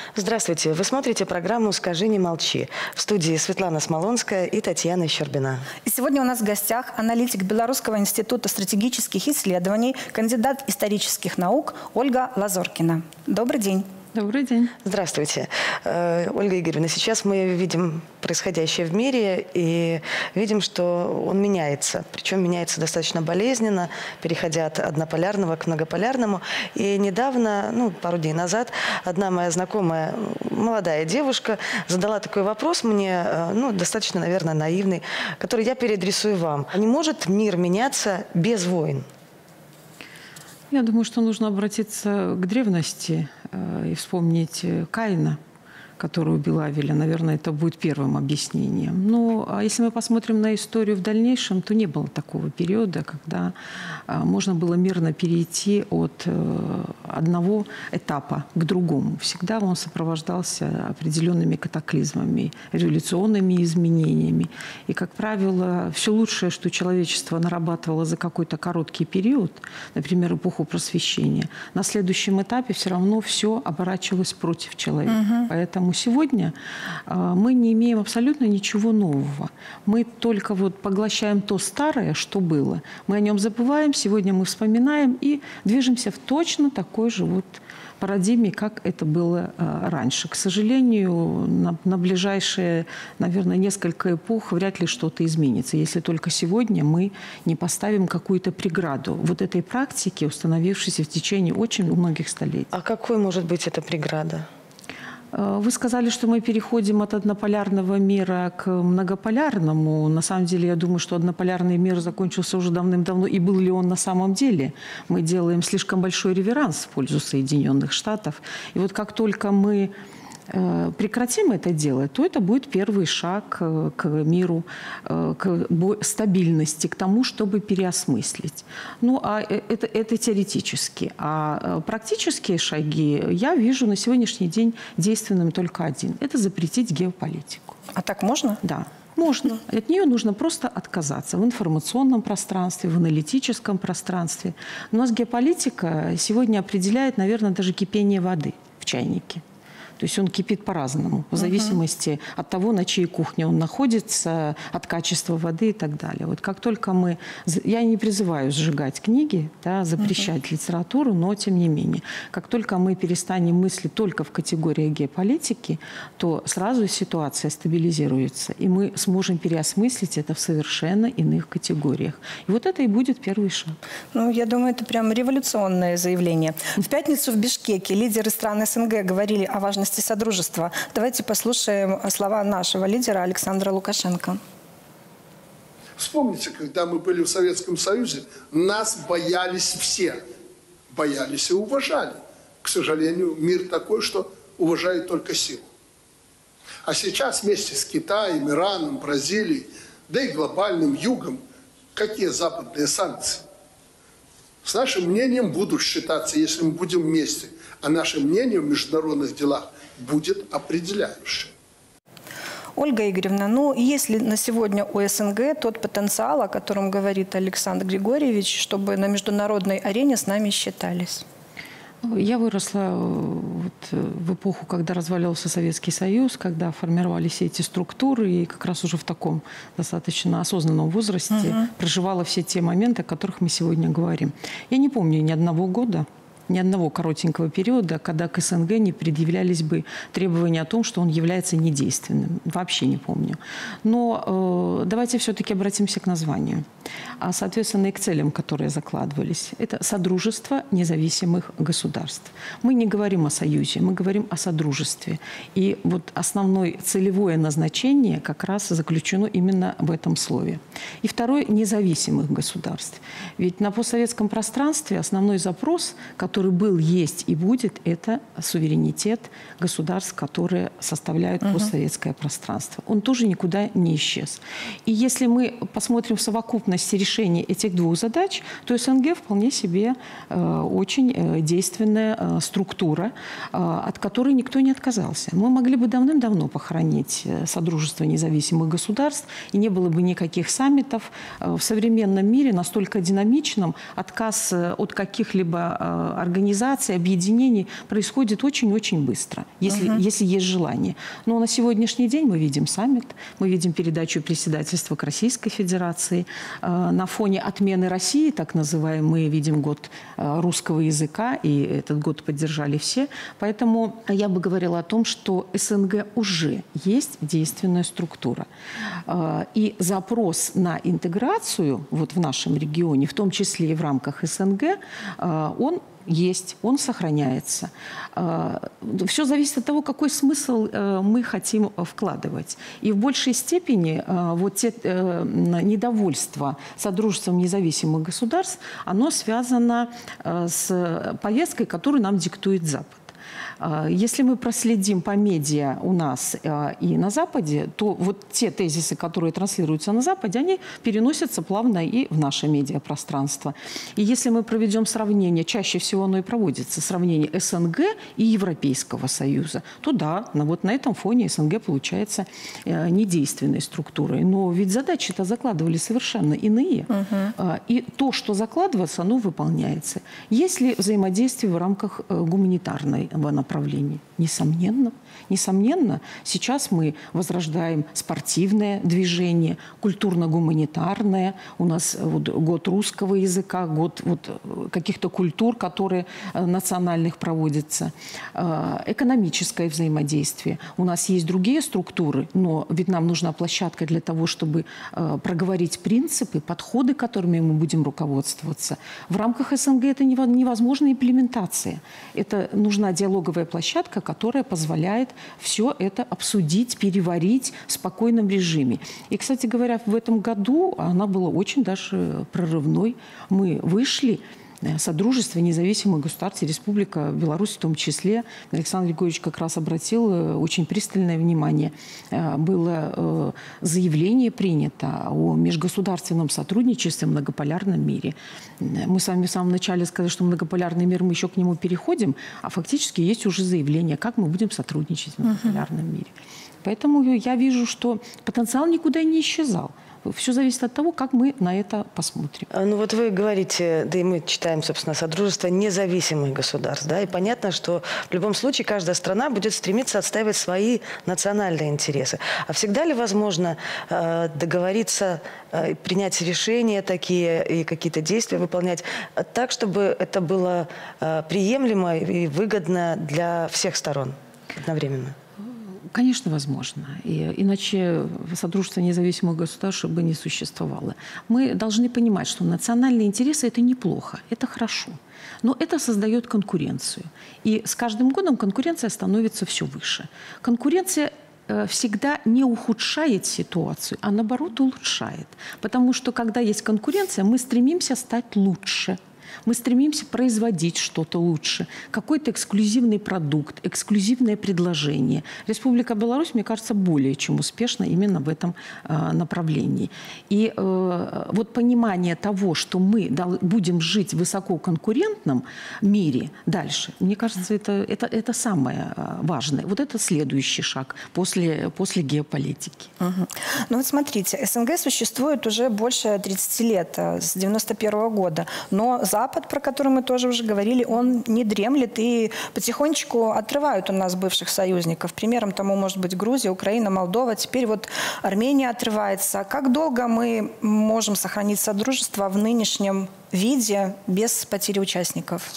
Здравствуйте. Вы смотрите программу «Скажи, не молчи». В студии Светлана Смолонская и Татьяна Щербина. И сегодня у нас в гостях аналитик Белорусского института стратегических исследований, кандидат исторических наук Ольга Лазоркина. Добрый день. Добрый день. Здравствуйте. Ольга Игоревна, сейчас мы видим происходящее в мире и видим, что он меняется. Причем меняется достаточно болезненно, переходя от однополярного к многополярному. И недавно, пару дней назад, одна моя знакомая, молодая девушка, задала такой вопрос мне, достаточно, наверное, наивный, который я переадресую вам. Не может мир меняться без войн? Я думаю, что нужно обратиться к древности и вспомнить Каина, который убил Авеля. Наверное, это будет первым объяснением. А если мы посмотрим на историю в дальнейшем, то не было такого периода, когда можно было мирно перейти от одного этапа к другому. Всегда он сопровождался определенными катаклизмами, революционными изменениями. И, как правило, все лучшее, что человечество нарабатывало за какой-то короткий период, например, эпоху Просвещения, на следующем этапе все равно все оборачивалось против человека. Поэтому сегодня мы не имеем абсолютно ничего нового. Мы только поглощаем то старое, что было. Мы о нем забываем, сегодня мы вспоминаем и движемся в точно такой же парадигме, как это было раньше. К сожалению, на ближайшие, наверное, несколько эпох вряд ли что-то изменится, если только сегодня мы не поставим какую-то преграду этой практике, установившейся в течение очень многих столетий. А какой может быть эта преграда? Вы сказали, что мы переходим от однополярного мира к многополярному. На самом деле, я думаю, что однополярный мир закончился уже давным-давно. И был ли он на самом деле? Мы делаем слишком большой реверанс в пользу Соединенных Штатов. И как только мы прекратим это делать, то это будет первый шаг к миру, к стабильности, к тому, чтобы переосмыслить. Это теоретически. А практические шаги я вижу на сегодняшний день действенным только один. Это запретить геополитику. А так можно? Да. Можно. От нее нужно просто отказаться в информационном пространстве, в аналитическом пространстве. У нас геополитика сегодня определяет, наверное, даже кипение воды в чайнике. То есть он кипит по-разному, в зависимости от того, на чьей кухне он находится, от качества воды и так далее. Как только мы... Я не призываю сжигать книги, запрещать литературу, но тем не менее. Как только мы перестанем мыслить только в категориях геополитики, то сразу ситуация стабилизируется, и мы сможем переосмыслить это в совершенно иных категориях. И это и будет первый шаг. Я думаю, это прям революционное заявление. В пятницу в Бишкеке лидеры стран СНГ говорили о важности содружества. Давайте послушаем слова нашего лидера Александра Лукашенко. Вспомните, когда мы были в Советском Союзе, нас боялись все. Боялись и уважали. К сожалению, мир такой, что уважает только силу. А сейчас вместе с Китаем, Ираном, Бразилией, да и глобальным югом, какие западные санкции? С нашим мнением будут считаться, если мы будем вместе. А наше мнение в международных делах будет определяющим. Ольга Игоревна, есть ли на сегодня у СНГ тот потенциал, о котором говорит Александр Григорьевич, чтобы на международной арене с нами считались? Я выросла в эпоху, когда разваливался Советский Союз, когда формировались все эти структуры, и как раз уже в таком достаточно осознанном возрасте проживала все те моменты, о которых мы сегодня говорим. Я не помню ни одного года, ни одного коротенького периода, когда к СНГ не предъявлялись бы требования о том, что он является недейственным. Вообще не помню. Но давайте все-таки обратимся к названию, а соответственно и к целям, которые закладывались. Это содружество независимых государств. Мы не говорим о союзе, мы говорим о содружестве. И основное целевое назначение как раз заключено именно в этом слове. И второе – независимых государств. Ведь на постсоветском пространстве основной запрос, который был, есть и будет, это суверенитет государств, которые составляют постсоветское пространство. Он тоже никуда не исчез. И если мы посмотрим в совокупности решения этих двух задач, то СНГ вполне себе очень действенная структура, от которой никто не отказался. Мы могли бы давным-давно похоронить Содружество независимых государств, и не было бы никаких саммитов. В современном мире, настолько динамичном, отказ от каких-либо организации, объединений происходит очень-очень быстро, если есть желание. Но на сегодняшний день мы видим саммит, мы видим передачу председательства к Российской Федерации. На фоне отмены России, так называемой, мы видим год русского языка, и этот год поддержали все. Поэтому я бы говорила о том, что СНГ уже есть действенная структура. И запрос на интеграцию вот в нашем регионе, в том числе и в рамках СНГ, он есть, он сохраняется. Все зависит от того, какой смысл мы хотим вкладывать. И в большей степени вот те недовольства Содружеством независимых государств, оно связано с повесткой, которую нам диктует Запад. Если мы проследим по медиа у нас и на Западе, то вот те тезисы, которые транслируются на Западе, они переносятся плавно и в наше медиапространство. И если мы проведем сравнение, чаще всего оно и проводится, сравнение СНГ и Европейского Союза, то да, вот на этом фоне СНГ получается недейственной структурой. Но ведь задачи-то закладывали совершенно иные. И то, что закладывается, оно выполняется. Есть ли взаимодействие в рамках гуманитарного направления? Несомненно. Несомненно, сейчас мы возрождаем спортивное движение, культурно-гуманитарное. У нас вот год русского языка, год вот каких-то культур, которые национальных проводятся. Экономическое взаимодействие. У нас есть другие структуры, но ведь нам нужна площадка для того, чтобы проговорить принципы, подходы, которыми мы будем руководствоваться. В рамках СНГ это невозможная имплементация. Это нужна диалоговая площадка, которая позволяет все это обсудить, переварить в спокойном режиме. И, кстати говоря, в этом году она была очень даже прорывной. Мы вышли, Содружество независимых государств, Республика Беларусь в том числе, Александр Григорьевич как раз обратил очень пристальное внимание. Было заявление принято о межгосударственном сотрудничестве в многополярном мире. Мы с вами в самом начале сказали, что многополярный мир, мы еще к нему переходим, а фактически есть уже заявление, как мы будем сотрудничать в многополярном мире. Поэтому я вижу, что потенциал никуда не исчезал. Все зависит от того, как мы на это посмотрим. Ну вот вы говорите, да и мы читаем, собственно, Содружество независимых государств, да, и понятно, что в любом случае каждая страна будет стремиться отстаивать свои национальные интересы. А всегда ли возможно договориться, принять решения такие и какие-то действия выполнять так, чтобы это было приемлемо и выгодно для всех сторон одновременно? Конечно, возможно. Иначе Содружество независимых государств бы не существовало. Мы должны понимать, что национальные интересы – это неплохо, это хорошо. Но это создает конкуренцию. И с каждым годом конкуренция становится все выше. Конкуренция всегда не ухудшает ситуацию, а наоборот улучшает. Потому что, когда есть конкуренция, мы стремимся стать лучше. Мы стремимся производить что-то лучше, какой-то эксклюзивный продукт, эксклюзивное предложение. Республика Беларусь, мне кажется, более чем успешна именно в этом направлении. И вот понимание того, что мы будем жить в высококонкурентном мире дальше, мне кажется, это самое важное. Вот это следующий шаг после геополитики. Ну вот смотрите, СНГ существует уже больше 30 лет, с 91 года, но Запад, про который мы тоже уже говорили, он не дремлет и потихонечку отрывают у нас бывших союзников. Примером тому может быть Грузия, Украина, Молдова. Теперь вот Армения отрывается. Как долго мы можем сохранить содружество в нынешнем виде без потери участников?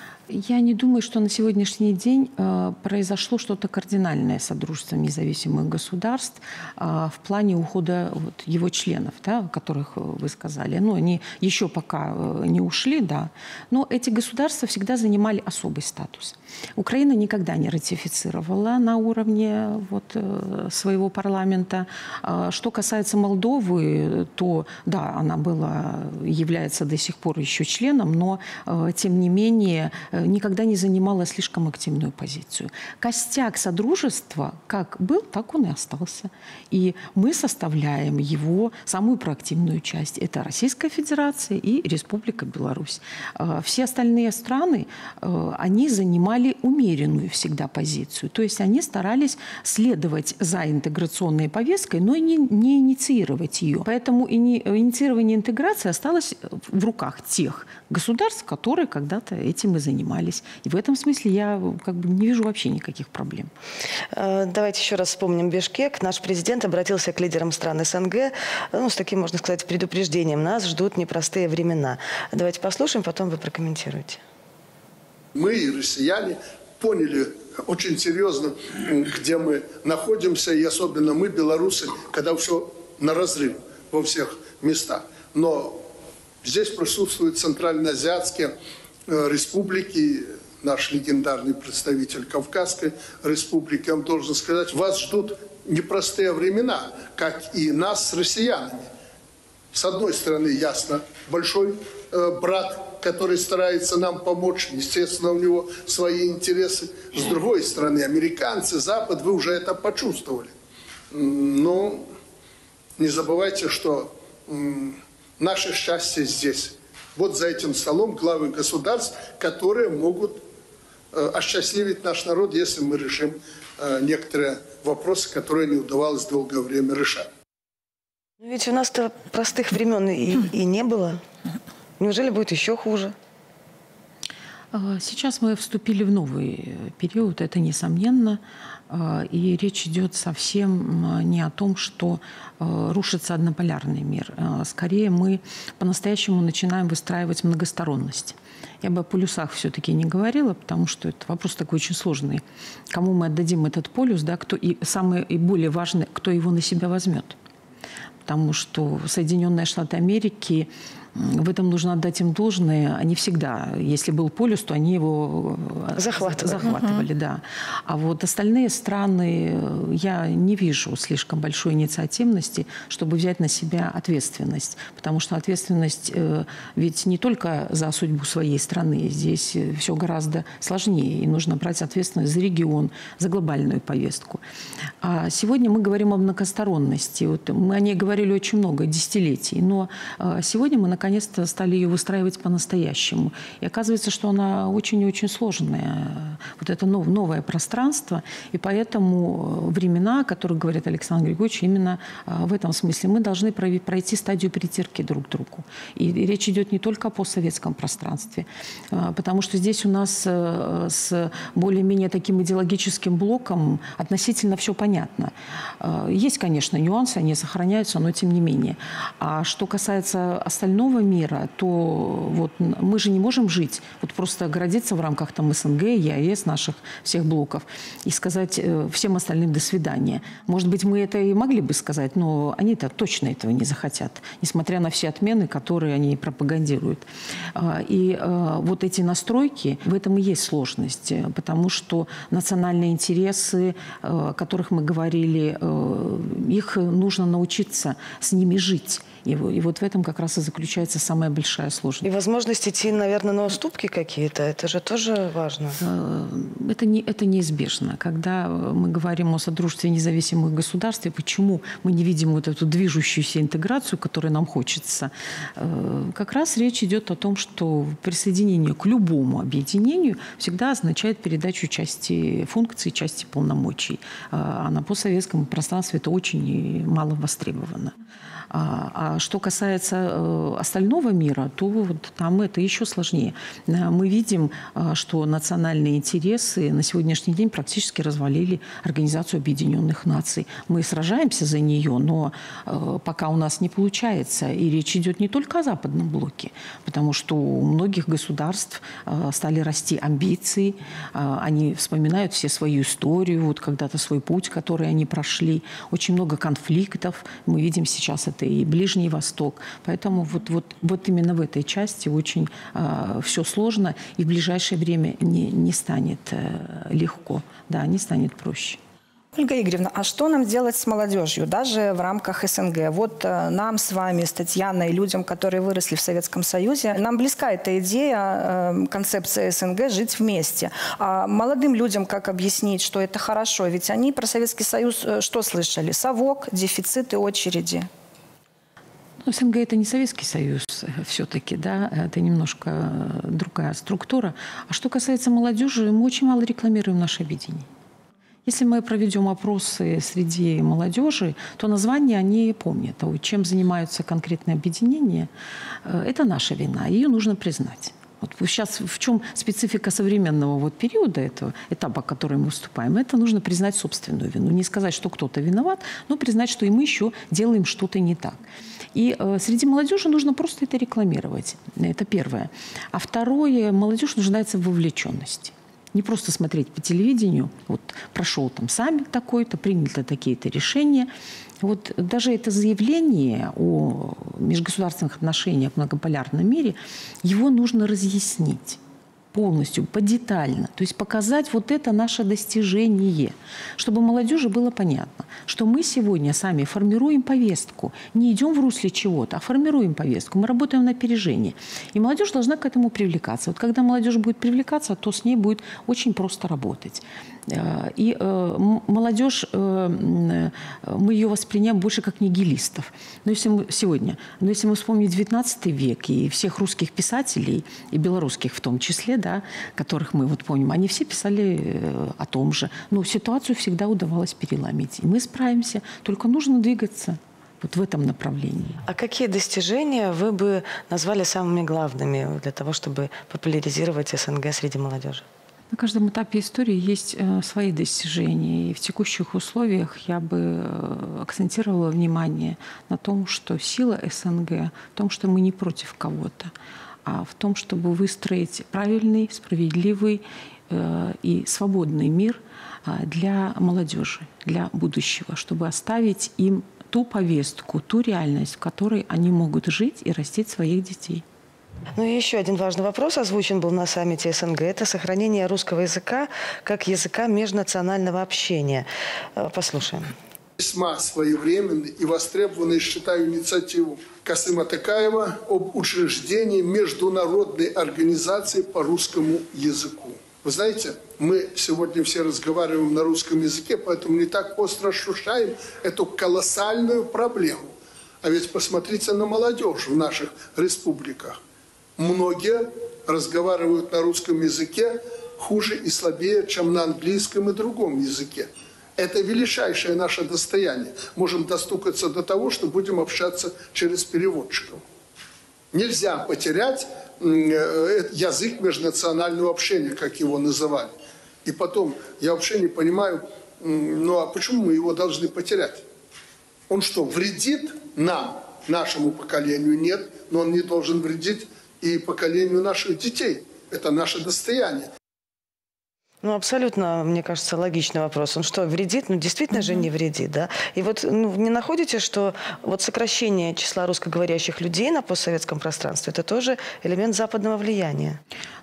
Я не думаю, что на сегодняшний день произошло что-то кардинальное с Содружеством независимых государств в плане ухода его членов, да, о которых вы сказали. Ну, они еще пока не ушли, да. Но эти государства всегда занимали особый статус. Украина никогда не ратифицировала на уровне своего парламента. Что касается Молдовы, то да, она является до сих пор еще членом, но тем не менее никогда не занимала слишком активную позицию. Костяк Содружества как был, так он и остался. И мы составляем его самую проактивную часть. Это Российская Федерация и Республика Беларусь. Все остальные страны, они занимали умеренную всегда позицию. То есть они старались следовать за интеграционной повесткой, но не инициировать ее. Поэтому инициирование интеграции осталось в руках тех государств, которые когда-то этим и занимались. занимались. И в этом смысле я как бы не вижу вообще никаких проблем. Давайте еще раз вспомним Бишкек. Наш президент обратился к лидерам стран СНГ, ну, с таким, можно сказать, предупреждением. Нас ждут непростые времена. Давайте послушаем, потом вы прокомментируете. Мы и россияне поняли очень серьезно, где мы находимся, и особенно мы, белорусы, когда все на разрыв во всех местах. Но здесь присутствуют центральноазиатские республики, наш легендарный представитель Кавказской республики. Я вам должен сказать, вас ждут непростые времена, как и нас с россиянами. С одной стороны, ясно, большой брат, который старается нам помочь. Естественно, у него свои интересы. С другой стороны, американцы, Запад, вы уже это почувствовали. Но не забывайте, что наше счастье здесь. Вот за этим столом главы государств, которые могут осчастливить наш народ, если мы решим некоторые вопросы, которые не удавалось долгое время решать. Ведь у нас-то простых времен и не было. Неужели будет еще хуже? Сейчас мы вступили в новый период, это несомненно. И речь идет совсем не о том, что рушится однополярный мир. Скорее, мы по-настоящему начинаем выстраивать многосторонность. Я бы о полюсах все-таки не говорила, потому что это вопрос такой очень сложный. Кому мы отдадим этот полюс, да, кто и самое и более важное, кто его на себя возьмет. Потому что Соединенные Штаты Америки, в этом нужно отдать им должное. Они всегда, если был полюс, то они его захватывали. Да. А вот остальные страны, я не вижу слишком большой инициативности, чтобы взять на себя ответственность. Потому что ответственность ведь не только за судьбу своей страны. Здесь все гораздо сложнее. И нужно брать ответственность за регион, за глобальную повестку. А сегодня мы говорим о многосторонности. Вот мы о ней говорили очень много, десятилетий. Но сегодня мы наконец-то стали ее выстраивать по-настоящему. И оказывается, что она очень и очень сложная. Вот это новое пространство. И поэтому времена, о которых говорит Александр Григорьевич, именно в этом смысле мы должны пройти стадию притирки друг к другу. И речь идет не только о постсоветском пространстве. Потому что здесь у нас с более-менее таким идеологическим блоком относительно все понятно. Есть, конечно, нюансы, они сохраняются, но тем не менее. А что касается остального мира, то вот мы же не можем жить, вот просто оградиться в рамках там СНГ, ЕАЭС, наших всех блоков и сказать всем остальным «до свидания». Может быть, мы это и могли бы сказать, но они-то точно этого не захотят, несмотря на все отмены, которые они пропагандируют. И вот эти настройки, в этом и есть сложность, потому что национальные интересы, о которых мы говорили, их нужно научиться с ними жить. И вот в этом как раз и заключается самая большая сложность. И возможность идти, наверное, на уступки какие-то, это же тоже важно. Это неизбежно. Когда мы говорим о содружестве независимых государств, почему мы не видим вот эту движущуюся интеграцию, которой нам хочется, как раз речь идет о том, что присоединение к любому объединению всегда означает передачу части функций, части полномочий. А на постсоветском пространстве это очень мало востребовано. А что касается остального мира, то вот там это еще сложнее. Мы видим, что национальные интересы на сегодняшний день практически развалили Организацию Объединенных Наций. Мы сражаемся за нее, но пока у нас не получается. И речь идет не только о западном блоке, потому что у многих государств стали расти амбиции, они вспоминают все свою историю, вот когда-то свой путь, который они прошли. Очень много конфликтов. Мы видим сейчас это и Ближний Восток. Поэтому вот именно в этой части очень все сложно, и в ближайшее время не станет легко, да, не станет проще. Ольга Игоревна, а что нам делать с молодежью, даже в рамках СНГ? Вот нам с вами, с Татьяной, людям, которые выросли в Советском Союзе, нам близка эта идея, концепция СНГ «жить вместе». А молодым людям как объяснить, что это хорошо? Ведь они про Советский Союз что слышали? Совок, дефициты, очереди. СНГ – это не Советский Союз все-таки, да, это немножко другая структура. А что касается молодежи, мы очень мало рекламируем наше объединение. Если мы проведем опросы среди молодежи, то названия они помнят. А вот чем занимаются конкретные объединения, это наша вина, ее нужно признать. Вот сейчас в чем специфика современного вот периода, этого этапа, в который мы вступаем, это нужно признать собственную вину. Не сказать, что кто-то виноват, но признать, что и мы еще делаем что-то не так. И среди молодежи нужно просто это рекламировать. Это первое. А второе, молодежь нуждается в вовлеченности. Не просто смотреть по телевидению, вот прошел там саммит такой-то, приняты такие-то решения. Вот даже это заявление о межгосударственных отношениях в многополярном мире, его нужно разъяснить полностью, подетально. То есть показать вот это наше достижение, чтобы молодежи было понятно, что мы сегодня сами формируем повестку. Не идем в русле чего-то, а формируем повестку. Мы работаем на опережение. И молодежь должна к этому привлекаться. Вот когда молодежь будет привлекаться, то с ней будет очень просто работать. И молодежь, мы ее воспринимаем больше как нигилистов. Но если мы сегодня, но если мы вспомним XIX век и всех русских писателей, и белорусских в том числе, да, которых мы вот помним, они все писали о том же. Но ситуацию всегда удавалось переломить. И мы справимся, только нужно двигаться вот в этом направлении. А какие достижения вы бы назвали самыми главными для того, чтобы популяризировать СНГ среди молодежи? На каждом этапе истории есть свои достижения. И в текущих условиях я бы акцентировала внимание на том, что сила СНГ в том, что мы не против кого-то, а в том, чтобы выстроить правильный, справедливый и свободный мир для молодежи, для будущего, чтобы оставить им ту повестку, ту реальность, в которой они могут жить и растить своих детей. Ну и еще один важный вопрос озвучен был на саммите СНГ. Это сохранение русского языка как языка межнационального общения. Послушаем. Весьма своевременной и востребованной, считаю, инициативу Касыма Токаева об учреждении международной организации по русскому языку. Вы знаете, мы сегодня все разговариваем на русском языке, поэтому не так остро ощущаем эту колоссальную проблему. А ведь посмотрите на молодежь в наших республиках. Многие разговаривают на русском языке хуже и слабее, чем на английском и другом языке. Это величайшее наше достояние. Можем достукаться до того, что будем общаться через переводчиков. Нельзя потерять язык межнационального общения, как его называли. И потом, я вообще не понимаю, ну а почему мы его должны потерять? Он что, вредит нам, нашему поколению? Нет, но он не должен вредить и поколению наших детей. Это наше достояние. Ну, абсолютно, мне кажется, логичный вопрос. Он что, вредит? Ну, действительно же не вредит, да? И вот не находите, что вот сокращение числа русскоговорящих людей на постсоветском пространстве – это тоже элемент западного влияния?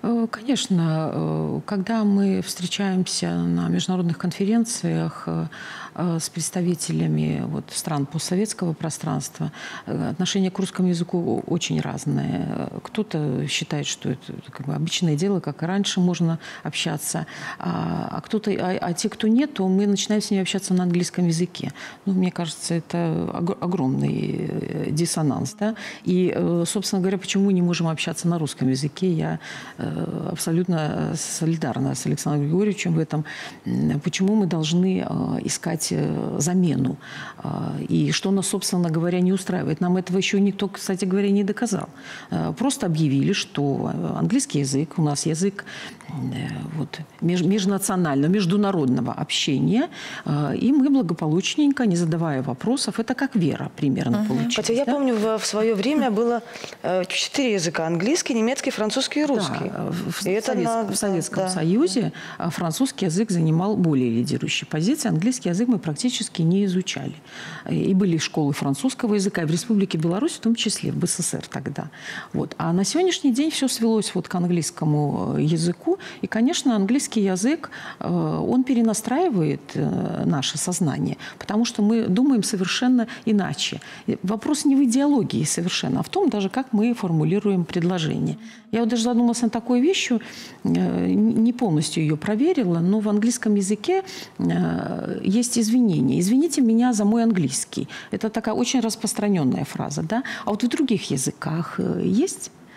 Конечно. Когда мы встречаемся на международных конференциях с представителями вот стран постсоветского пространства, отношение к русскому языку очень разное. Кто-то считает, что это как бы обычное дело, как и раньше можно общаться. А те, кто нет, то мы начинаем с ними общаться на английском языке. Ну, мне кажется, это огромный диссонанс. Да? И, собственно говоря, почему не можем общаться на русском языке, я абсолютно солидарна с Александром Григорьевичем в этом. Почему мы должны искать замену? И что нас, собственно говоря, не устраивает? Нам этого еще никто, кстати говоря, не доказал. Просто объявили, что английский язык, у нас язык вот, межнационального, международного общения, и мы благополучненько, не задавая вопросов, это как вера примерно получилось. Хотя я помню, в свое время было 4 языка: английский, немецкий, французский и русский. Да, в Советском Союзе французский язык занимал более лидирующие позиции, английский язык мы практически не изучали. И были школы французского языка, и в Республике Беларусь, в том числе, в БССР тогда. Вот. А на сегодняшний день все свелось вот к английскому языку, и, конечно, английский язык, он перенастраивает наше сознание, потому что мы думаем совершенно иначе. Вопрос не в идеологии совершенно, а в том даже, как мы формулируем предложение. Я вот даже задумалась над такой вещью, не полностью ее проверила, но в английском языке есть извинение. «Извините меня за мой английский». Это такая очень распространенная фраза, да? А вот в других языках есть?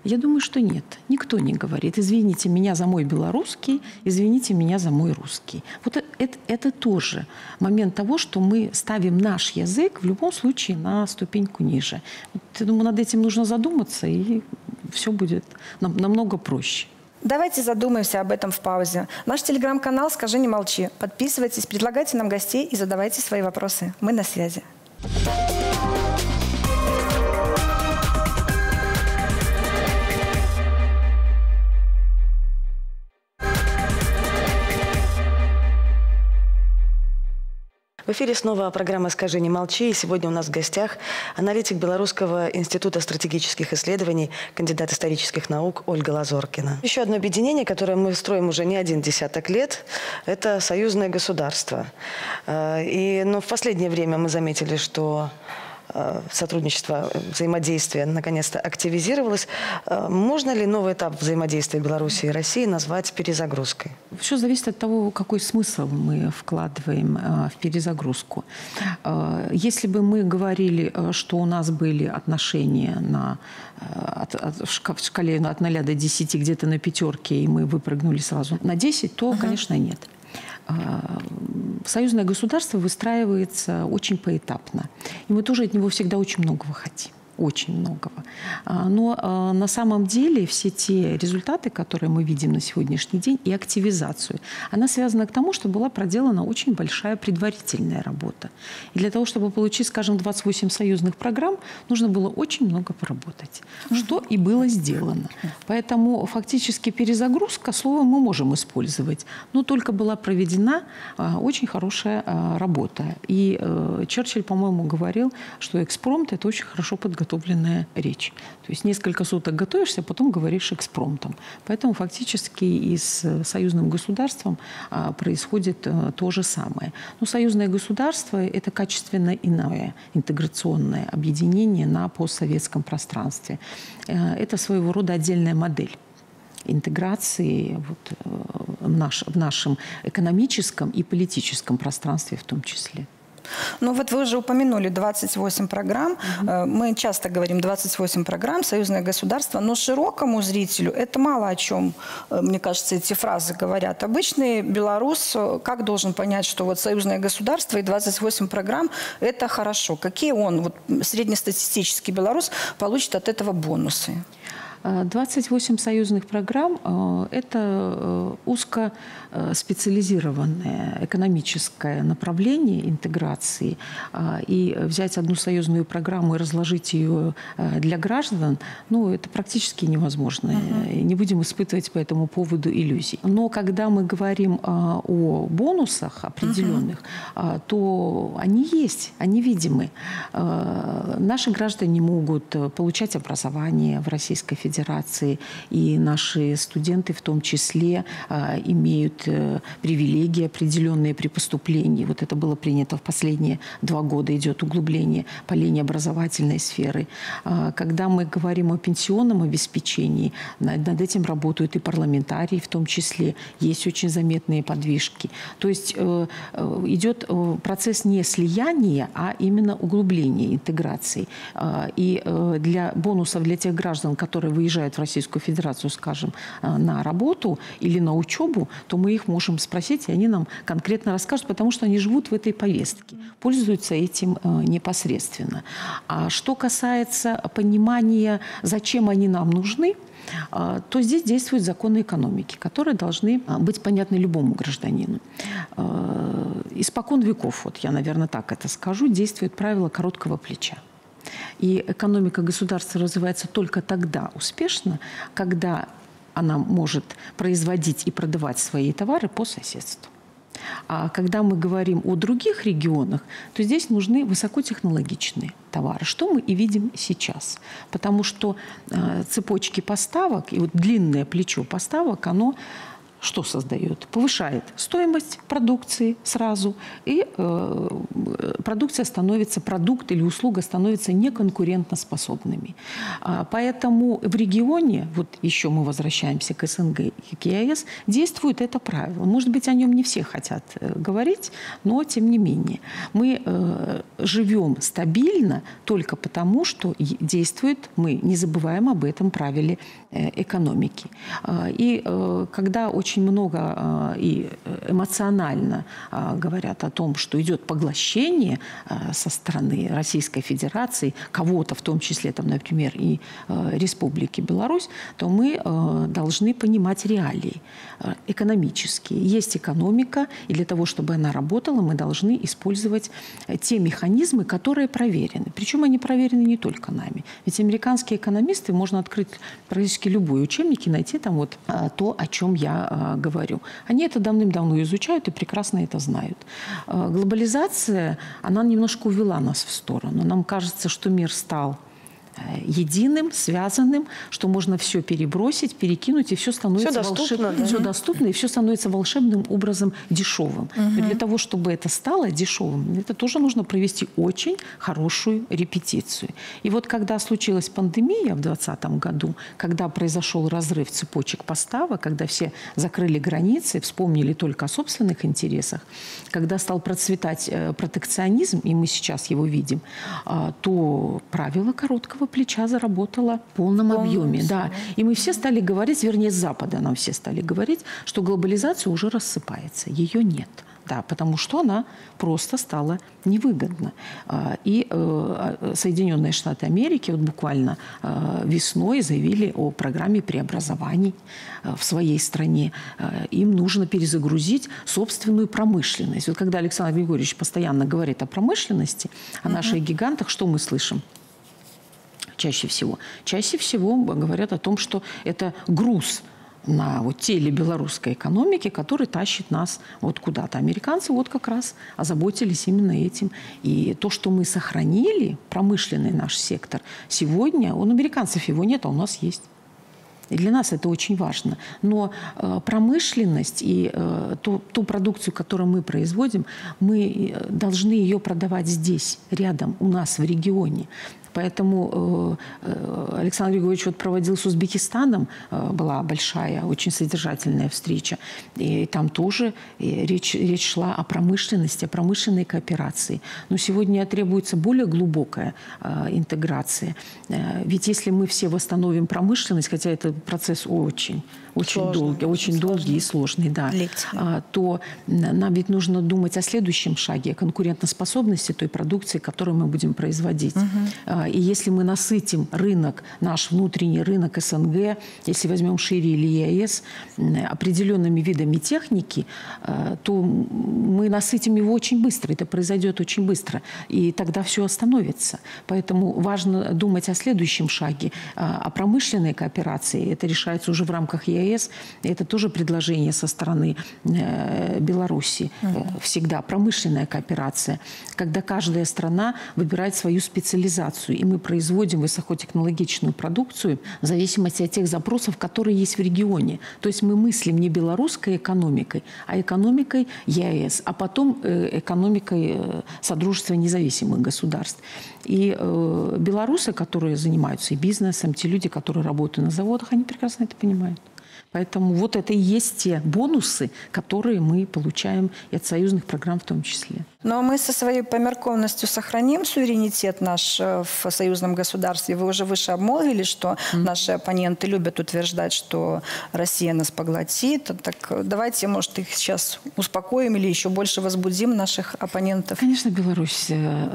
Я думаю, что нет. Никто не говорит: извините меня за мой белорусский, извините меня за мой русский. Вот это тоже момент того, что мы ставим наш язык в любом случае на ступеньку ниже. Вот, я думаю, над этим нужно задуматься, и все будет намного проще. Давайте задумаемся об этом в паузе. Наш телеграм-канал «Скажи, не молчи». Подписывайтесь, предлагайте нам гостей и задавайте свои вопросы. Мы на связи. В эфире снова программа «Скажи, не молчи». И сегодня у нас в гостях аналитик Белорусского института стратегических исследований, кандидат исторических наук Ольга Лазоркина. Еще одно объединение, которое мы строим уже не один десяток лет, это союзное государство. Но в последнее время мы заметили, что сотрудничество, взаимодействие наконец-то активизировалось. Можно ли новый этап взаимодействия Беларуси и России назвать перезагрузкой? Все зависит от того, какой смысл мы вкладываем в перезагрузку. Если бы мы говорили, что у нас были отношения в шкале от 0 до 10 где-то на 5, и мы выпрыгнули сразу на 10, то, конечно, нет. Союзное государство выстраивается очень поэтапно. И мы тоже от него всегда очень многого хотим. Очень многого. Но на самом деле все те результаты, которые мы видим на сегодняшний день, и активизацию, она связана к тому, что была проделана очень большая предварительная работа. И для того, чтобы получить, скажем, 28 союзных программ, нужно было очень много поработать, что и было сделано. Поэтому фактически перезагрузка, слово мы можем использовать, но только была проведена очень хорошая работа. И Черчилль, по-моему, говорил, что экспромт – это очень хорошо подготовленная речь. То есть несколько суток готовишься, а потом говоришь экспромтом. Поэтому фактически и с союзным государством происходит то же самое. Но союзное государство – это качественно иное интеграционное объединение на постсоветском пространстве. Это своего рода отдельная модель интеграции в нашем экономическом и политическом пространстве в том числе. Ну вот вы уже упомянули 28 программ. Мы часто говорим 28 программ, союзное государство, но широкому зрителю это мало о чем, мне кажется, эти фразы говорят. Обычный белорус как должен понять, что вот союзное государство и 28 программ – это хорошо? Какие он, вот, среднестатистический белорус, получит от этого бонусы? 28 союзных программ – это узкоспециализированное экономическое направление интеграции. И взять одну союзную программу и разложить ее для граждан, ну, это практически невозможно. Не будем испытывать по этому поводу иллюзий. Но когда мы говорим о бонусах определенных, то они есть, они видимы. Наши граждане могут получать образование в Российской Федерации, и наши студенты в том числе имеют привилегии определенные при поступлении. Вот это было принято в последние 2 года, идет углубление по линии образовательной сферы. Когда мы говорим о пенсионном обеспечении, над этим работают и парламентарии в том числе, есть очень заметные подвижки. То есть идет процесс не слияния, а именно углубления интеграции. И для бонусов для тех граждан, которые выезжают в Российскую Федерацию, скажем, на работу или на учебу, то мы их можем спросить, и они нам конкретно расскажут, потому что они живут в этой повестке, пользуются этим непосредственно. А что касается понимания, зачем они нам нужны, то здесь действуют законы экономики, которые должны быть понятны любому гражданину. Испокон веков, вот я, наверное, так это скажу, действует правило короткого плеча. И экономика государства развивается только тогда успешно, когда она может производить и продавать свои товары по соседству. А когда мы говорим о других регионах, то здесь нужны высокотехнологичные товары, что мы и видим сейчас. Потому что цепочки поставок и вот длинное плечо поставок, оно что создает? Повышает стоимость продукции сразу, и продукция становится, продукт или услуга становятся неконкурентоспособными. Поэтому в регионе, вот еще мы возвращаемся к СНГ и к ЕАЭС, действует это правило. Может быть, о нем не все хотят говорить, но тем не менее. Мы живем стабильно только потому, что действует, мы не забываем об этом правиле экономики. И когда очень много и эмоционально говорят о том, что идет поглощение со стороны Российской Федерации, кого-то, в том числе, там, например, и Республики Беларусь, то мы должны понимать реалии экономические. Есть экономика, и для того, чтобы она работала, мы должны использовать те механизмы, которые проверены. Причем они проверены не только нами. Ведь американские экономисты, можно открыть практически любой учебник и найти там вот то, о чем я говорю. Они это давным-давно изучают и прекрасно это знают. Глобализация, она немножко увела нас в сторону. Нам кажется, что мир стал единым, связанным, что можно все перебросить, перекинуть, и все становится все доступно, и все становится волшебным образом дешевым. Но для того, чтобы это стало дешевым, это тоже нужно провести очень хорошую репетицию. И вот когда случилась пандемия в 2020 году, когда произошел разрыв цепочек поставок, когда все закрыли границы, вспомнили только о собственных интересах, когда стал процветать протекционизм, и мы сейчас его видим, то правило короткого плеча заработало в полном объеме. Да. И мы все стали говорить, вернее, с Запада нам все стали говорить, что глобализация уже рассыпается, ее нет. Да, потому что она просто стала невыгодна. И Соединенные Штаты Америки вот буквально весной заявили о программе преобразований в своей стране. Им нужно перезагрузить собственную промышленность. Вот когда Александр Григорьевич постоянно говорит о промышленности, о наших гигантах, что мы слышим? Чаще всего. Чаще всего говорят о том, что это груз на вот теле белорусской экономики, который тащит нас вот куда-то. Американцы вот как раз озаботились именно этим. И то, что мы сохранили, промышленный наш сектор, сегодня, у американцев его нет, а у нас есть. И для нас это очень важно. Но промышленность и ту продукцию, которую мы производим, мы должны ее продавать здесь, рядом, у нас в регионе. Поэтому Александр Григорьевич вот проводил с Узбекистаном, была большая, очень содержательная встреча. И там тоже речь шла о промышленности, о промышленной кооперации. Но сегодня требуется более глубокая интеграция. Ведь если мы все восстановим промышленность, хотя это процесс очень долгий и сложный, да, то нам ведь нужно думать о следующем шаге, о конкурентоспособности той продукции, которую мы будем производить. И если мы насытим рынок, наш внутренний рынок СНГ, если возьмем шире или ЕАЭС, определенными видами техники, то мы насытим его очень быстро. Это произойдет очень быстро. И тогда все остановится. Поэтому важно думать о следующем шаге, о промышленной кооперации. Это решается уже в рамках ЕАЭС. Это тоже предложение со стороны Беларуси. Всегда промышленная кооперация, когда каждая страна выбирает свою специализацию. И мы производим высокотехнологичную продукцию в зависимости от тех запросов, которые есть в регионе. То есть мы мыслим не белорусской экономикой, а экономикой ЕАЭС, а потом экономикой Содружества независимых государств. И белорусы, которые занимаются и бизнесом, те люди, которые работают на заводах, они прекрасно это понимают. Поэтому вот это и есть те бонусы, которые мы получаем и от союзных программ в том числе. Но мы со своей померкованностью сохраним суверенитет наш в союзном государстве. Вы уже выше обмолвили, что наши оппоненты любят утверждать, что Россия нас поглотит. Так давайте, может, их сейчас успокоим или еще больше возбудим наших оппонентов. Конечно, Беларусь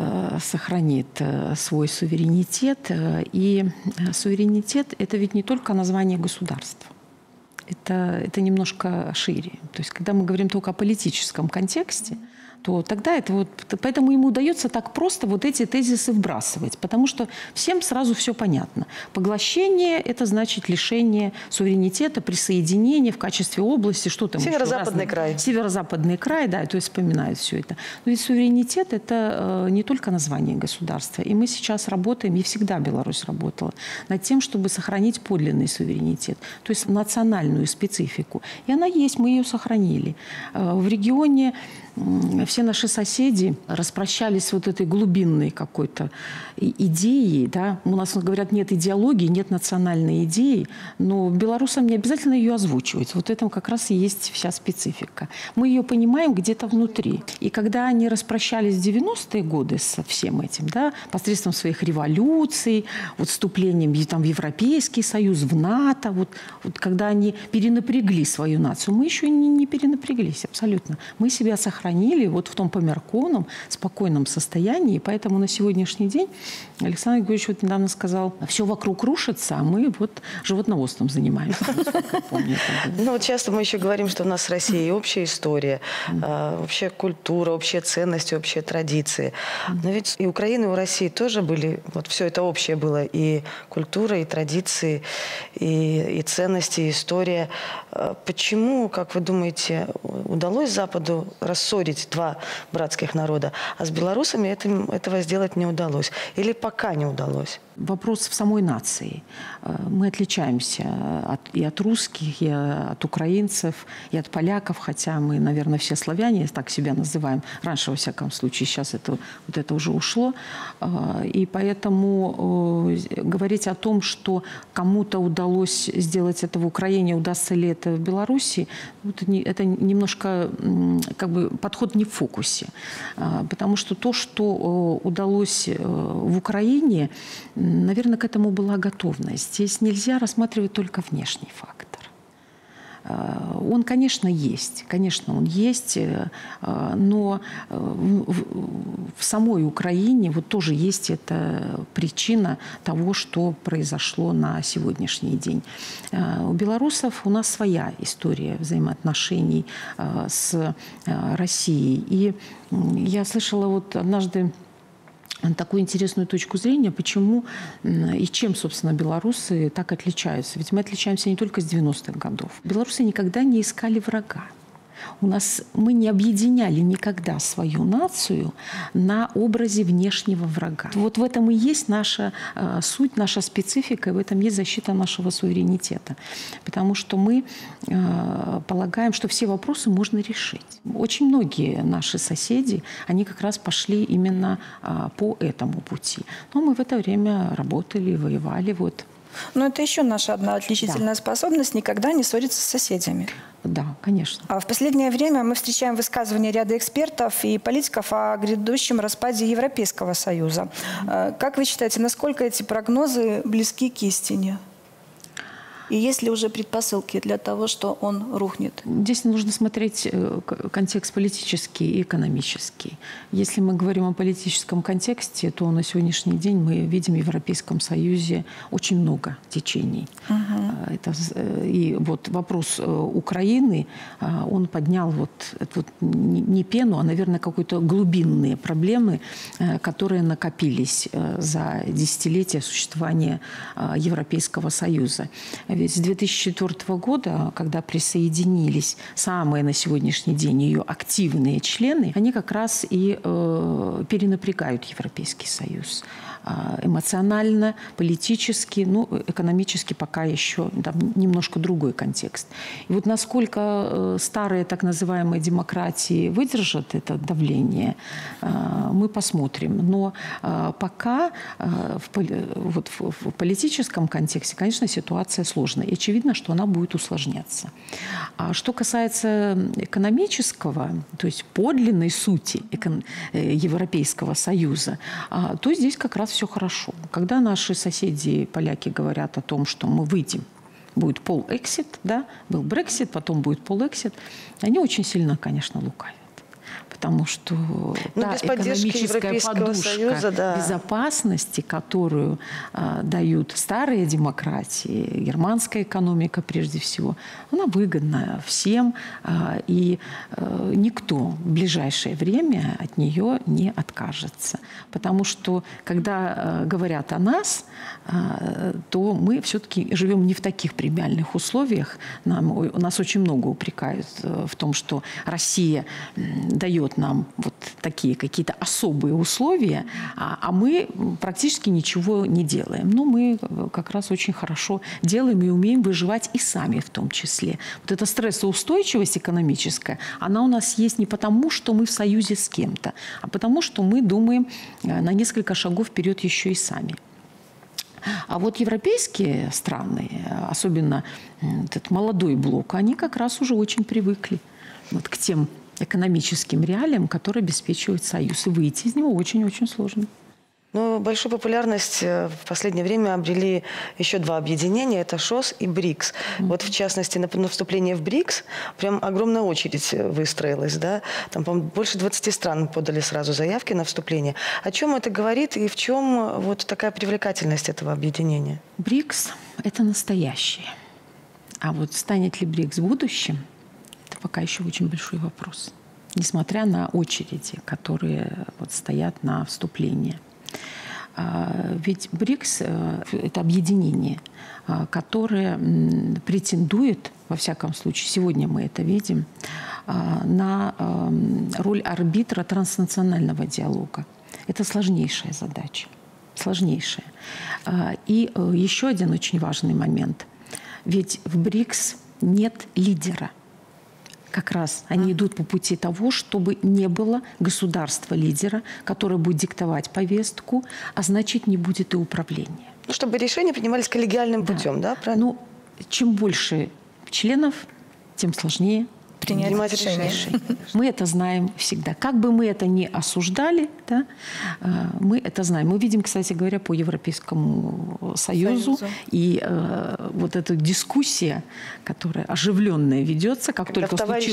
сохранит свой суверенитет. И суверенитет – это ведь не только название государства. Это немножко шире. То есть, когда мы говорим только о политическом контексте, то тогда это вот... Поэтому ему удается так просто вот эти тезисы вбрасывать, потому что всем сразу все понятно. Поглощение – это значит лишение суверенитета, присоединение в качестве области, что там Северо-западный край. Северо-западный край, да, то есть вспоминают все это. Но ведь суверенитет – это не только название государства. И мы сейчас работаем, и всегда Беларусь работала, над тем, чтобы сохранить подлинный суверенитет, то есть национальную специфику. И она есть, мы ее сохранили. В регионе все наши соседи распрощались с вот этой глубинной какой-то идеей. Да? У нас говорят, нет идеологии, нет национальной идеи, но белорусам не обязательно ее озвучивать. Вот в этом как раз и есть вся специфика. Мы ее понимаем где-то внутри. И когда они распрощались в 90-е годы со всем этим, да, посредством своих революций, вот вступлением там, в Европейский Союз, в НАТО, вот когда они перенапрягли свою нацию, мы еще не перенапряглись абсолютно. Мы себя сохранили вот в том померкованном, спокойном состоянии. И поэтому на сегодняшний день Александр Григорьевич вот недавно сказал, все вокруг рушится, а мы вот животноводством занимаемся. Ну вот часто мы еще говорим, что у нас с Россией общая история, общая культура, общие ценности, общие традиции. Но ведь и Украина, и у России тоже были, вот все это общее было, и культура, и традиции, и ценности, и история. Почему, как вы думаете, удалось Западу рассорить два братских народа, а с белорусами этого сделать не удалось? Или пока не удалось? Вопрос в самой нации. Мы отличаемся и от русских, и от украинцев, и от поляков, хотя мы, наверное, все славяне, так себя называем. Раньше, во всяком случае, сейчас это уже ушло. И поэтому говорить о том, что кому-то удалось сделать это в Украине, удастся ли это в Беларуси, это немножко как бы подход не в фокусе. Потому что то, что удалось в Украине, наверное, к этому была готовность. Здесь нельзя рассматривать только внешний фактор. Он, конечно, есть, но в самой Украине вот тоже есть эта причина того, что произошло на сегодняшний день. У белорусов у нас своя история взаимоотношений с Россией. И я слышала вот однажды такую интересную точку зрения, почему и чем, собственно, белорусы так отличаются. Ведь мы отличаемся не только с 90-х годов. Белорусы никогда не искали врага. Мы не объединяли никогда свою нацию на образе внешнего врага. Вот в этом и есть наша суть, наша специфика, и в этом есть защита нашего суверенитета. Потому что мы полагаем, что все вопросы можно решить. Очень многие наши соседи, они как раз пошли именно по этому пути. Но мы в это время работали, воевали. Вот. Но это еще наша одна отличительная способность – никогда не ссориться с соседями. Да, конечно. А в последнее время мы встречаем высказывания ряда экспертов и политиков о грядущем распаде Европейского Союза. Как вы считаете, насколько эти прогнозы близки к истине? И есть ли уже предпосылки для того, что он рухнет? Здесь нужно смотреть контекст политический и экономический. Если мы говорим о политическом контексте, то на сегодняшний день мы видим в Европейском Союзе очень много течений. И вот вопрос Украины, он поднял не пену, а, наверное, какие-то глубинные проблемы, которые накопились за десятилетия существования Европейского Союза. Ведь с 2004 года, когда присоединились самые на сегодняшний день ее активные члены, они как раз и перенапрягают Европейский Союз. Эмоционально, политически, экономически пока еще немножко другой контекст. И вот насколько старые так называемые демократии выдержат это давление, мы посмотрим. Но пока в политическом контексте, конечно, ситуация сложная. И очевидно, что она будет усложняться. А что касается экономического, то есть подлинной сути Европейского Союза, то здесь как раз все хорошо. Когда наши соседи, поляки, говорят о том, что мы выйдем, будет пол-эксит, да, был Брексит, потом будет пол-эксит, они очень сильно, конечно, лукавят. потому что та без поддержки экономическая Европейского подушка Союза, да, безопасности, которую дают старые демократии, германская экономика прежде всего, она выгодна всем, и никто в ближайшее время от нее не откажется. Потому что, когда говорят о нас, то мы все-таки живем не в таких премиальных условиях. Нас очень много упрекают в том, что Россия дает нам вот такие какие-то особые условия, а мы практически ничего не делаем. Но мы как раз очень хорошо делаем и умеем выживать и сами в том числе. Вот эта стрессоустойчивость экономическая, она у нас есть не потому, что мы в союзе с кем-то, а потому, что мы думаем на несколько шагов вперед еще и сами. А вот европейские страны, особенно этот молодой блок, они как раз уже очень привыкли вот к тем экономическим реалиям, которые обеспечивают Союз. И выйти из него очень-очень сложно. Но большую популярность в последнее время обрели еще два объединения. Это ШОС и БРИКС. Вот в частности, на вступление в БРИКС прям огромная очередь выстроилась. Да? Там, по-моему, больше 20 стран подали сразу заявки на вступление. О чем это говорит и в чем вот такая привлекательность этого объединения? БРИКС – это настоящее. А вот станет ли БРИКС будущим, это пока еще очень большой вопрос. Несмотря на очереди, которые вот стоят на вступление. Ведь БРИКС – это объединение, которое претендует, во всяком случае, сегодня мы это видим, на роль арбитра транснационального диалога. Это сложнейшая задача, сложнейшая. И еще один очень важный момент. Ведь в БРИКС нет лидера. Как раз они идут по пути того, чтобы не было государства-лидера, которое будет диктовать повестку, а значит, не будет и управления. Ну, чтобы решения принимались коллегиальным путем, да, правильно? Ну, чем больше членов, тем сложнее принять решение. Мы это знаем всегда. Как бы мы это ни осуждали, да, мы это знаем. Мы видим, кстати говоря, по Европейскому Союзу. И вот эта дискуссия, которая оживленная ведется, когда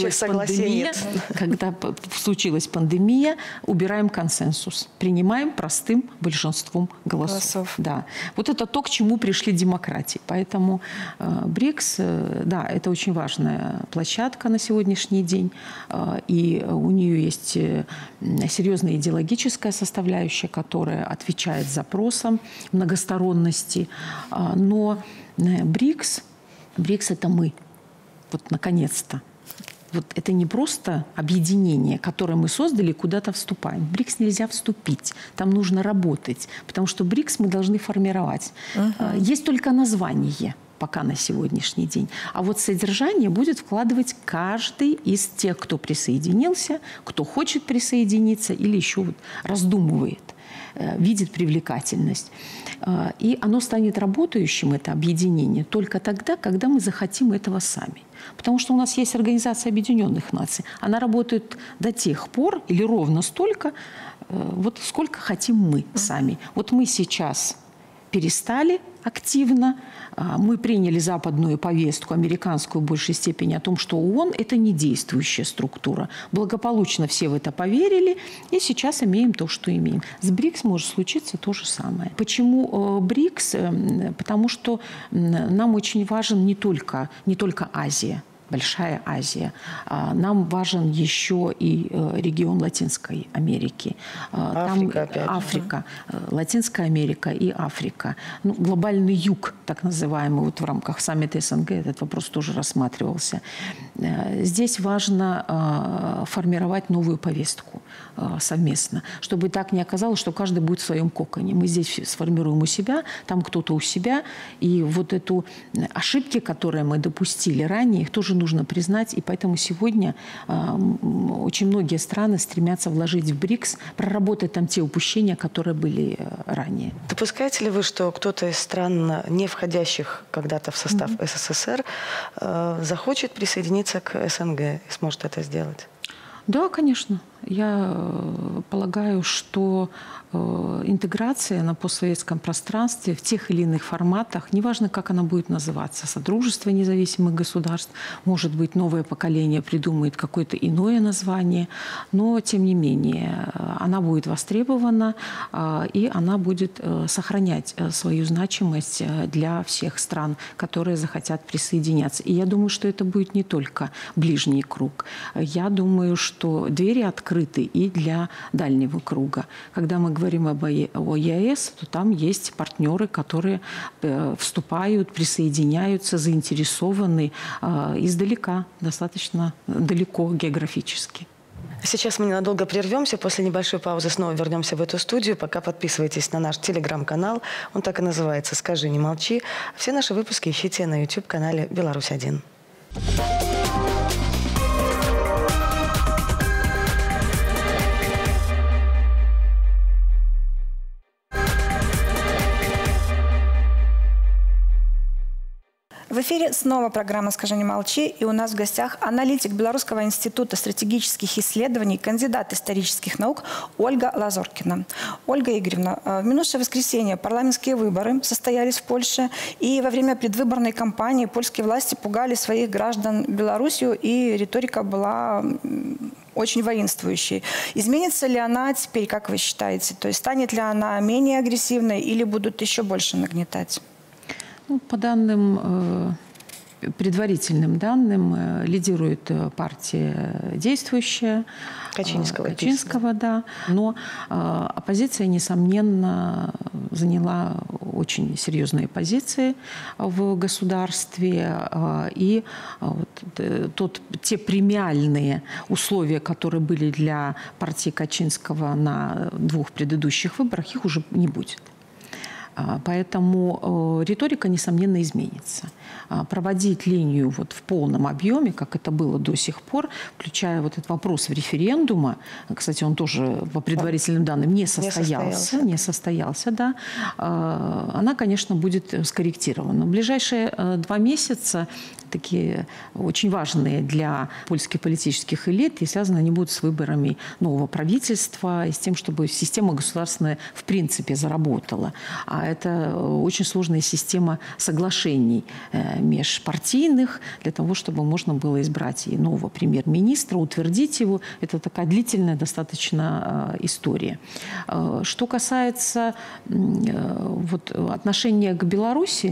случилась пандемия, убираем консенсус, принимаем простым большинством голосов. Да. Вот это то, к чему пришли демократии. Поэтому БРИКС, да, это очень важная площадка на сегодняшний день, и у нее есть серьезная идеологическая составляющая, которая отвечает запросам многосторонности. Но БРИКС – это мы. Вот наконец-то. Вот это не просто объединение, которое мы создали, куда-то вступаем. В БРИКС нельзя вступить, там нужно работать, потому что БРИКС мы должны формировать. Есть только название пока на сегодняшний день. А вот содержание будет вкладывать каждый из тех, кто присоединился, кто хочет присоединиться или еще вот раздумывает, видит привлекательность. И оно станет работающим, это объединение, только тогда, когда мы захотим этого сами. Потому что у нас есть Организация Объединенных Наций. Она работает до тех пор или ровно столько, вот сколько хотим мы сами. Вот мы сейчас перестали активно. Мы приняли западную повестку, американскую в большей степени, о том, что ООН – это не действующая структура. Благополучно все в это поверили, и сейчас имеем то, что имеем. С БРИКС может случиться то же самое. Почему БРИКС? Потому что нам очень важен не только Азия, Большая Азия. Нам важен еще и регион Латинской Америки. Африка, Латинская Америка и Африка. Ну, глобальный юг, так называемый, вот в рамках саммита СНГ этот вопрос тоже рассматривался. Здесь важно формировать новую повестку совместно, чтобы так не оказалось, что каждый будет в своем коконе. Мы здесь сформируем у себя, там кто-то у себя. И вот эту ошибки, которые мы допустили ранее, их тоже нужно признать. И поэтому сегодня очень многие страны стремятся вложить в БРИКС, проработать там те упущения, которые были ранее. Допускаете ли вы, что кто-то из стран, не входящих когда-то в состав СССР, захочет присоединиться к СНГ и сможет это сделать? Да, конечно. Я полагаю, что интеграция на постсоветском пространстве в тех или иных форматах, неважно, как она будет называться, Содружество независимых государств, может быть, новое поколение придумает какое-то иное название, но, тем не менее, она будет востребована, и она будет сохранять свою значимость для всех стран, которые захотят присоединяться. И я думаю, что это будет не только ближний круг. Я думаю, что двери открыты и для дальнего круга. Когда мы говорим о ЕАЭС, то там есть партнеры, которые вступают, присоединяются, заинтересованы издалека, достаточно далеко географически. Сейчас мы ненадолго прервемся, после небольшой паузы снова вернемся в эту студию. Пока подписывайтесь на наш телеграм-канал, он так и называется «Скажи, не молчи». Все наши выпуски ищите на YouTube-канале «Беларусь-1». В эфире снова программа «Скажи, не молчи». И у нас в гостях аналитик Белорусского института стратегических исследований, кандидат исторических наук Ольга Лазоркина. Ольга Игоревна, в минувшее воскресенье парламентские выборы состоялись в Польше. И во время предвыборной кампании польские власти пугали своих граждан Беларусью, и риторика была очень воинствующей. Изменится ли она теперь, как вы считаете? То есть станет ли она менее агрессивной или будут еще больше нагнетать? Ну, по данным, предварительным данным, лидирует партия действующая. Качинского, да. Но оппозиция, несомненно, заняла очень серьезные позиции в государстве. И вот те премиальные условия, которые были для партии Качинского на двух предыдущих выборах, их уже не будет. Поэтому риторика, несомненно, изменится. Проводить линию вот в полном объеме, как это было до сих пор, включая вот этот вопрос референдума, кстати, он тоже по предварительным данным не состоялся, да, она, конечно, будет скорректирована. В ближайшие 2 месяца такие очень важные для польских политических элит, и связаны они будут с выборами нового правительства и с тем, чтобы система государственная в принципе заработала. А это очень сложная система соглашений межпартийных для того, чтобы можно было избрать и нового премьер-министра, утвердить его. Это такая длительная достаточно история. Что касается вот, отношения к Беларуси,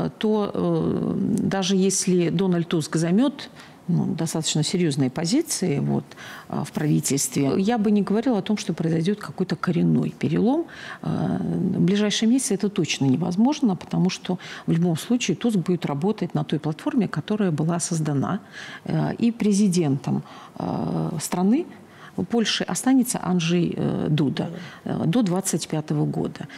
то даже если Дональд Туск займет достаточно серьезные позиции вот, в правительстве, я бы не говорила о том, что произойдет какой-то коренной перелом. В ближайшие месяцы это точно невозможно, потому что в любом случае Туск будет работать на той платформе, которая была создана. И президентом страны Польши останется Анджей Дуда до 2025 года.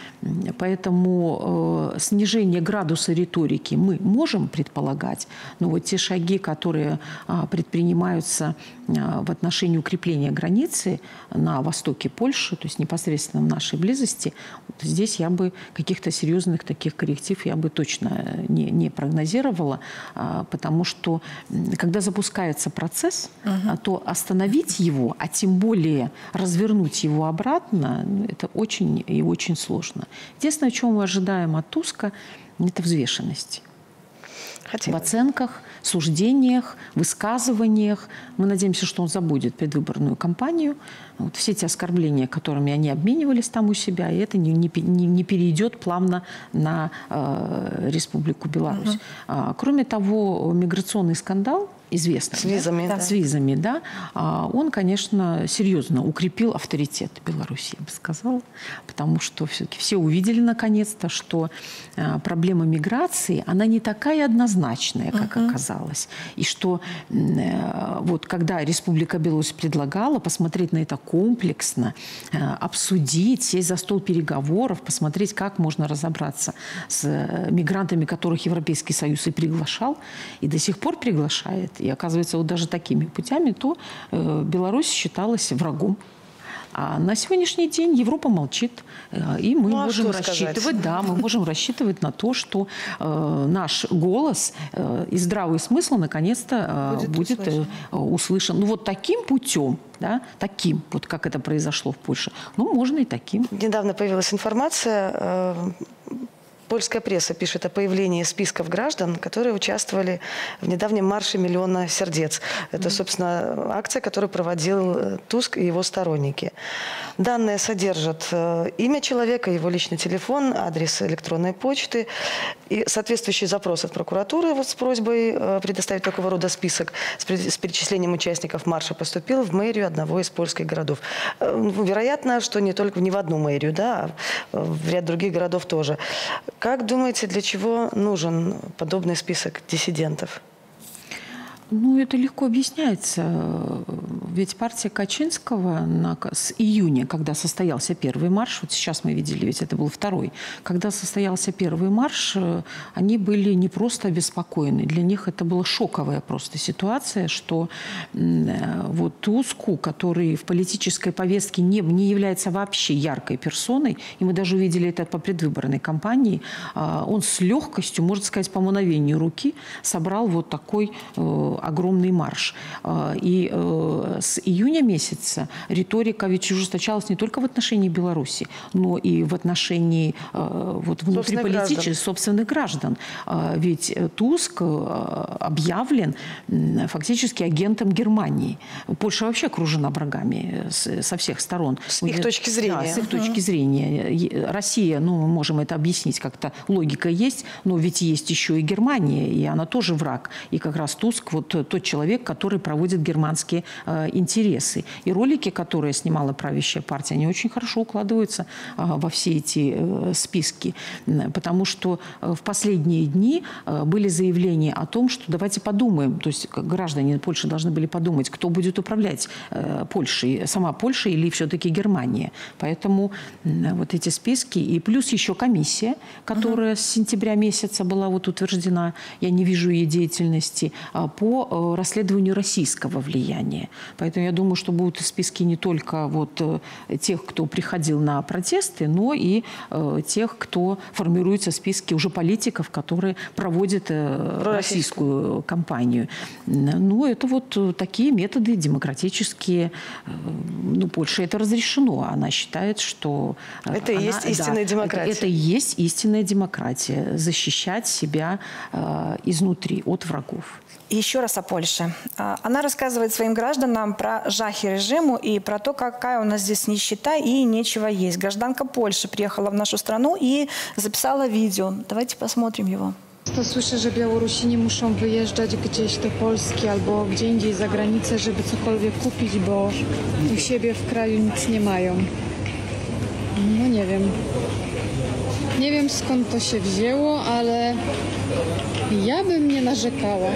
Поэтому снижение градуса риторики мы можем предполагать, но вот те шаги, которые предпринимаются в отношении укрепления границы на востоке Польши, то есть непосредственно в нашей близости, вот здесь я бы каких-то серьезных таких корректив я бы точно не прогнозировала, потому что когда запускается процесс, то остановить его, а тем более развернуть его обратно, это очень и очень сложно. Единственное, чего мы ожидаем от Туска, это взвешенность. В оценках, суждениях, высказываниях. Мы надеемся, что он забудет предвыборную кампанию. Вот все эти оскорбления, которыми они обменивались там у себя, и это не перейдет плавно на Республику Беларусь. Кроме того, миграционный скандал, известный, с визами, да, он, конечно, серьезно укрепил авторитет Беларуси, я бы сказала, потому что все-таки все увидели наконец-то, что проблема миграции, она не такая однозначная, как оказалось, и что вот когда Республика Беларусь предлагала посмотреть на это комплексно, обсудить, сесть за стол переговоров, посмотреть, как можно разобраться с мигрантами, которых Европейский Союз и приглашал, и до сих пор приглашает, и оказывается, вот даже такими путями, то Беларусь считалась врагом. А на сегодняшний день Европа молчит, и мы можем рассчитывать, да, мы можем рассчитывать на то, что наш голос и здравый смысл наконец-то будет услышан. Ну вот таким путем да, таким, вот как это произошло в Польше. Ну, можно и таким. Недавно появилась информация, польская пресса пишет о появлении списков граждан, которые участвовали в недавнем марше «Миллиона сердец». Это, собственно, акция, которую проводил Туск и его сторонники. Данные содержат имя человека, его личный телефон, адрес электронной почты и соответствующий запрос от прокуратуры вот с просьбой предоставить такого рода список с перечислением участников марша поступил в мэрию одного из польских городов. Вероятно, что не только не в одну мэрию, да, а в ряд других городов тоже. Как думаете, для чего нужен подобный список диссидентов? Ну, это легко объясняется. Ведь партия Качинского с июня, когда состоялся первый марш, вот сейчас мы видели, ведь это был второй, когда состоялся первый марш, они были не просто обеспокоены, для них это была шоковая просто ситуация, что вот Туску, который в политической повестке не является вообще яркой персоной, и мы даже увидели это по предвыборной кампании, он с легкостью, можно сказать, по мановению руки собрал вот такой огромный марш. И с июня месяца риторика ведь ужесточалась не только в отношении Беларуси, но и в отношении вот, внутриполитических собственных граждан. Ведь Туск объявлен фактически агентом Германии. Польша вообще окружена врагами со всех сторон. С их точки зрения. Да, с их точки зрения. Россия, ну, мы можем это объяснить, как-то логика есть, но ведь есть еще и Германия, и она тоже враг. И как раз Туск вот тот человек, который проводит германские интересы. И ролики, которые снимала правящая партия, они очень хорошо укладываются во все эти списки. Потому что в последние дни были заявления о том, что давайте подумаем, то есть граждане Польши должны были подумать, кто будет управлять Польшей, сама Польша или все-таки Германия. Поэтому вот эти списки. И плюс еще комиссия, которая с сентября месяца была вот утверждена, я не вижу ее деятельности, по расследованию российского влияния. Поэтому я думаю, что будут списки не только вот тех, кто приходил на протесты, но и тех, кто формируются списки уже политиков, которые проводят российскую кампанию. Ну, это вот такие методы демократические. Ну, Польша это разрешено. Она считает, что... Это и есть истинная демократия. Это и есть истинная демократия. Защищать себя изнутри от врагов. Еще раз о Польше. Она рассказывает своим гражданам про жахи режиму и про то, какая у нас здесь нищета и нечего есть. Гражданка Польши приехала в нашу страну и записала видео. Давайте посмотрим его. Często słyszę, że Białorusini muszą wyjeżdżać gdzieś do Polski albo gdzie indziej za granicę, żeby cokolwiek kupić, bo u siebie w kraju nic nie mają. No nie wiem. Nie wiem, skąd to się wzięło, ale ja bym nie narzekała.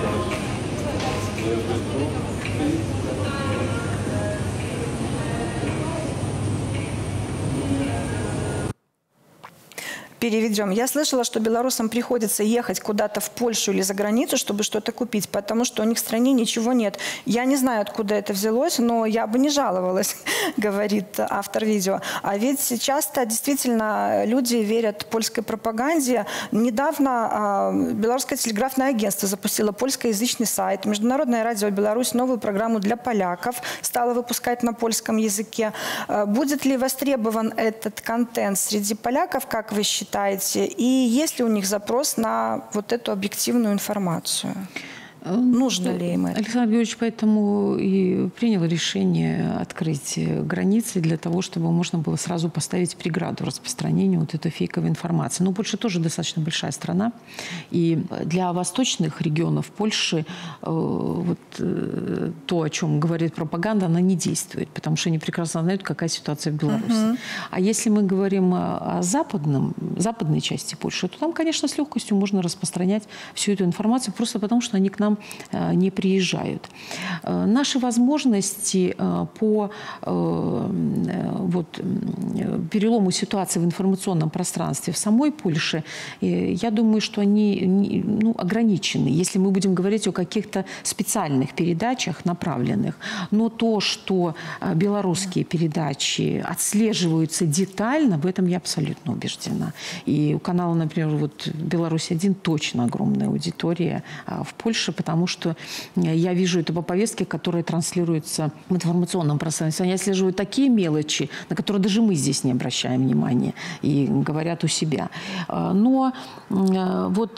Переведем. Я слышала, что белорусам приходится ехать куда-то в Польшу или за границу, чтобы что-то купить, потому что у них в стране ничего нет. Я не знаю, откуда это взялось, но я бы не жаловалась, говорит автор видео. А ведь часто действительно люди верят польской пропаганде. Недавно Белорусское телеграфное агентство запустило польскоязычный сайт. Международное радио Беларусь новую программу для поляков стало выпускать на польском языке. Будет ли востребован этот контент среди поляков, как вы считаете? И есть ли у них запрос на вот эту объективную информацию? Нужно ли им это? Александр Георгиевич поэтому и принял решение открыть границы для того, чтобы можно было сразу поставить преграду распространению вот этой фейковой информации. Но Польша тоже достаточно большая страна. И для восточных регионов Польши вот то, о чем говорит пропаганда, она не действует, потому что они прекрасно знают, какая ситуация в Беларуси. А если мы говорим о западной части Польши, то там, конечно, с легкостью можно распространять всю эту информацию, просто потому что они к нам не приезжают. Наши возможности по вот, перелому ситуации в информационном пространстве в самой Польше, я думаю, что они ограничены, если мы будем говорить о каких-то специальных передачах направленных. Но то, что белорусские передачи отслеживаются детально, в этом я абсолютно убеждена. И у канала, например, вот «Беларусь-1» точно огромная аудитория в Польше, потому что я вижу это по повестке, которая транслируется в информационном пространстве. Они отслеживают такие мелочи, на которые даже мы здесь не обращаем внимания и говорят у себя. Но вот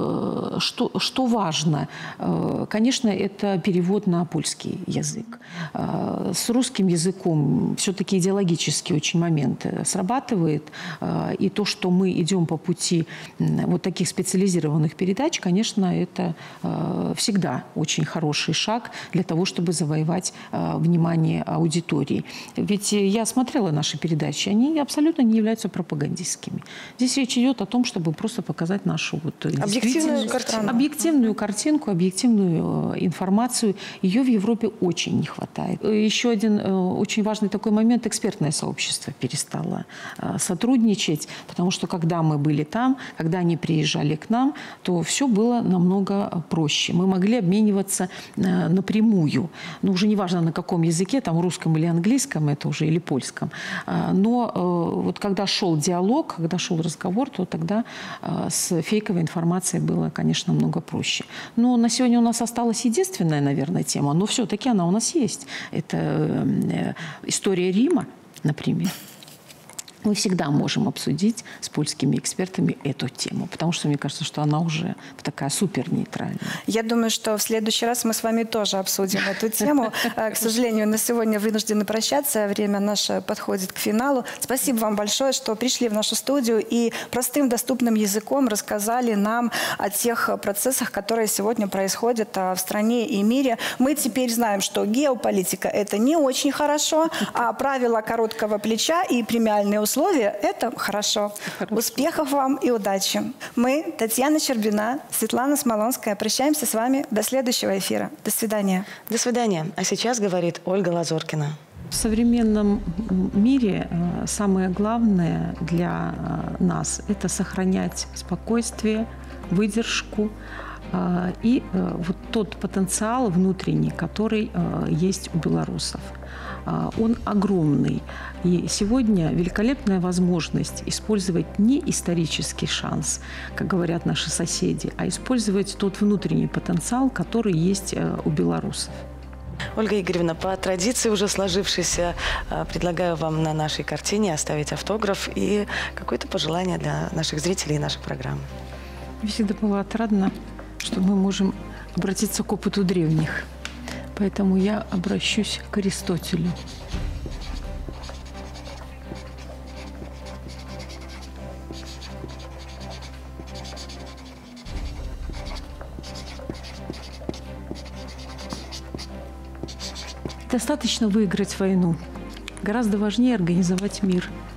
что важно, конечно, это перевод на польский язык. С русским языком все-таки идеологический очень момент срабатывает. И то, что мы идем по пути вот таких специализированных передач, конечно, это всегда очень хороший шаг для того, чтобы завоевать внимание аудитории. Ведь я смотрела наши передачи, они абсолютно не являются пропагандистскими. Здесь речь идет о том, чтобы просто показать нашу вот объективную картинку, объективную информацию. Ее в Европе очень не хватает. Еще один очень важный такой момент: экспертное сообщество перестало сотрудничать, потому что когда мы были там, когда они приезжали к нам, то все было намного проще. Мы могли обмениваться напрямую. Ну, уже не важно, на каком языке, там русском или английском, это уже, или польском. Но вот когда шел диалог, когда шел разговор, то тогда с фейковой информацией было, конечно, намного проще. Но на сегодня у нас осталась единственная, наверное, тема, но все-таки она у нас есть. Это история Рима, например. Мы всегда можем обсудить с польскими экспертами эту тему, потому что мне кажется, что она уже такая супернейтральная. Я думаю, что в следующий раз мы с вами тоже обсудим эту тему. К сожалению, на сегодня вынуждены прощаться. Время наше подходит к финалу. Спасибо вам большое, что пришли в нашу студию и простым доступным языком рассказали нам о тех процессах, которые сегодня происходят в стране и мире. Мы теперь знаем, что геополитика – это не очень хорошо, а правила короткого плеча и премиальные условия – это хорошо. Успехов вам и удачи. Мы, Татьяна Щербина, Светлана Смолонская, прощаемся с вами до следующего эфира. До свидания. До свидания. А сейчас говорит Ольга Лазоркина. В современном мире самое главное для нас – это сохранять спокойствие, выдержку и вот тот потенциал внутренний, который есть у белорусов. Он огромный. И сегодня великолепная возможность использовать не исторический шанс, как говорят наши соседи, а использовать тот внутренний потенциал, который есть у белорусов. Ольга Игоревна, по традиции уже сложившейся, предлагаю вам на нашей картине оставить автограф и какое-то пожелание для наших зрителей и нашей программы. Мне всегда было отрадно, что мы можем обратиться к опыту древних. Поэтому я обращусь к Аристотелю. Достаточно выиграть войну. Гораздо важнее организовать мир.